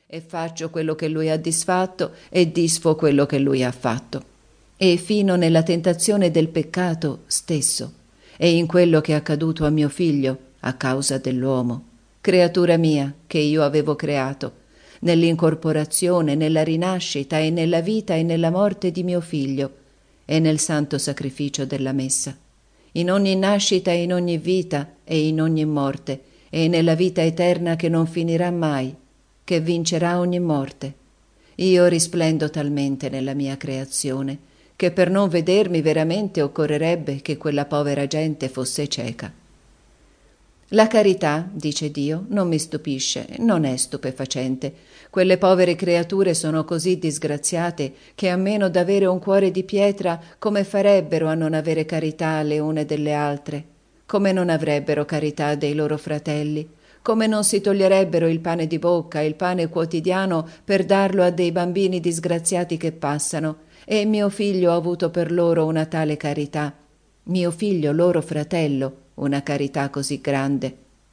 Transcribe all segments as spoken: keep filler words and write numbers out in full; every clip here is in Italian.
e faccio quello che lui ha disfatto e disfo quello che lui ha fatto. E fino nella tentazione del peccato stesso e in quello che è accaduto a mio figlio a causa dell'uomo, creatura mia che io avevo creato, nell'incorporazione, nella rinascita e nella vita e nella morte di mio figlio e nel santo sacrificio della messa, in ogni nascita e in ogni vita e in ogni morte e nella vita eterna che non finirà mai, che vincerà ogni morte. Io risplendo talmente nella mia creazione che per non vedermi veramente occorrerebbe che quella povera gente fosse cieca. La carità, dice Dio, non mi stupisce, non è stupefacente. Quelle povere creature sono così disgraziate che a meno d'avere un cuore di pietra come farebbero a non avere carità le une delle altre? Come non avrebbero carità dei loro fratelli? Come non si toglierebbero il pane di bocca, il pane quotidiano, per darlo a dei bambini disgraziati che passano? E mio figlio ha avuto per loro una tale carità. Mio figlio, loro fratello, una carità così grande.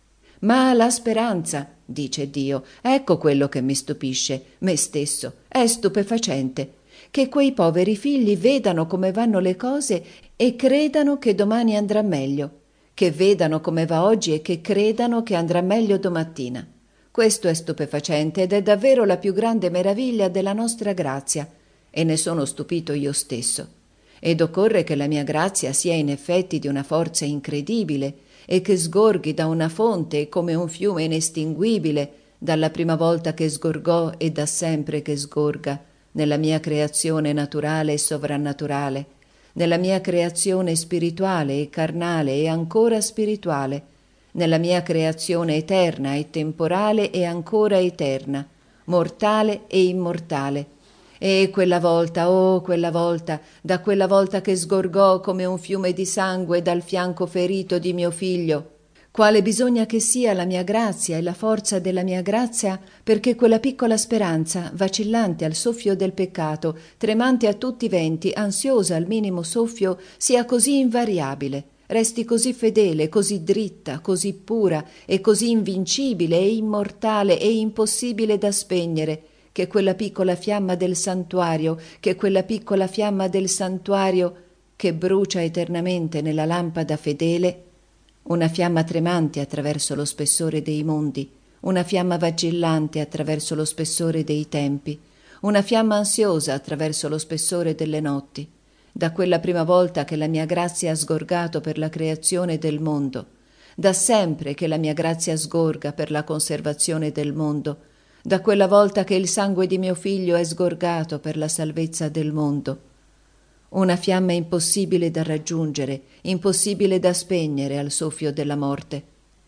Ma la speranza, dice Dio, ecco quello che mi stupisce, me stesso, è stupefacente, che quei poveri figli vedano come vanno le cose e credano che domani andrà meglio, che vedano come va oggi e che credano che andrà meglio domattina. Questo è stupefacente ed è davvero la più grande meraviglia della nostra grazia, e ne sono stupito io stesso. Ed occorre che la mia grazia sia in effetti di una forza incredibile e che sgorghi da una fonte come un fiume inestinguibile, dalla prima volta che sgorgò e da sempre che sgorga, nella mia creazione naturale e sovrannaturale, nella mia creazione spirituale e carnale e ancora spirituale, nella mia creazione eterna e temporale e ancora eterna, mortale e immortale. E quella volta, oh, quella volta, da quella volta che sgorgò come un fiume di sangue dal fianco ferito di mio figlio, quale bisogna che sia la mia grazia e la forza della mia grazia perché quella piccola speranza, vacillante al soffio del peccato, tremante a tutti i venti, ansiosa al minimo soffio, sia così invariabile, resti così fedele, così dritta, così pura e così invincibile e immortale e impossibile da spegnere, che quella piccola fiamma del santuario, che quella piccola fiamma del santuario che brucia eternamente nella lampada fedele, una fiamma tremante attraverso lo spessore dei mondi, una fiamma vacillante attraverso lo spessore dei tempi, una fiamma ansiosa attraverso lo spessore delle notti, da quella prima volta che la mia grazia ha sgorgato per la creazione del mondo, da sempre che la mia grazia sgorga per la conservazione del mondo, da quella volta che il sangue di mio figlio è sgorgato per la salvezza del mondo. Una fiamma impossibile da raggiungere, impossibile da spegnere al soffio della morte.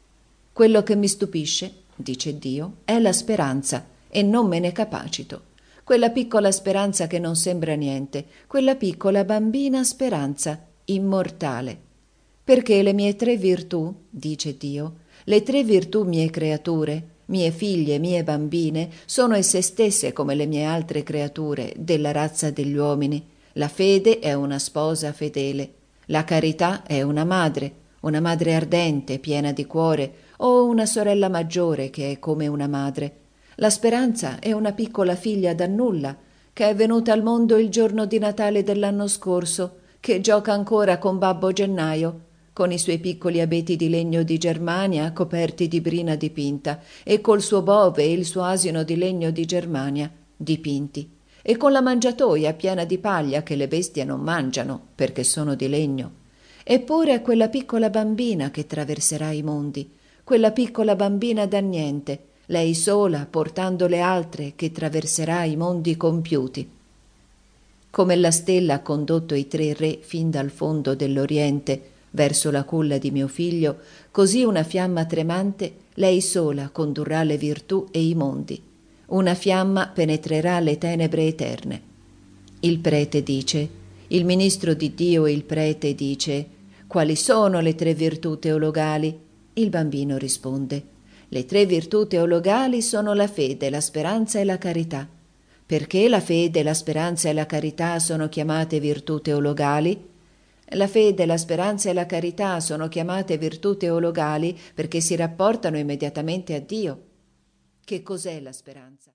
Quello che mi stupisce, dice Dio, è la speranza, e non me ne capacito. Quella piccola speranza che non sembra niente, quella piccola bambina speranza, immortale. Perché le mie tre virtù, dice Dio, le tre virtù mie creature, mie figlie, mie bambine, sono esse stesse come le mie altre creature della razza degli uomini. La fede è una sposa fedele, la carità è una madre, una madre ardente, piena di cuore, o una sorella maggiore che è come una madre. La speranza è una piccola figlia da nulla, che è venuta al mondo il giorno di Natale dell'anno scorso, che gioca ancora con Babbo Gennaio, con i suoi piccoli abeti di legno di Germania coperti di brina dipinta, e col suo bove e il suo asino di legno di Germania dipinti, e con la mangiatoia piena di paglia che le bestie non mangiano perché sono di legno. Eppure è quella piccola bambina che traverserà i mondi, quella piccola bambina da niente, lei sola portando le altre che traverserà i mondi compiuti. Come la stella ha condotto i tre re fin dal fondo dell'Oriente verso la culla di mio figlio, così una fiamma tremante lei sola condurrà le virtù e i mondi. Una fiamma penetrerà le tenebre eterne. Il prete dice, il ministro di Dio e il prete dice, quali sono le tre virtù teologali? Il bambino risponde, le tre virtù teologali sono la fede, la speranza e la carità. Perché la fede, la speranza e la carità sono chiamate virtù teologali? La fede, la speranza e la carità sono chiamate virtù teologali perché si rapportano immediatamente a Dio. Che cos'è la speranza?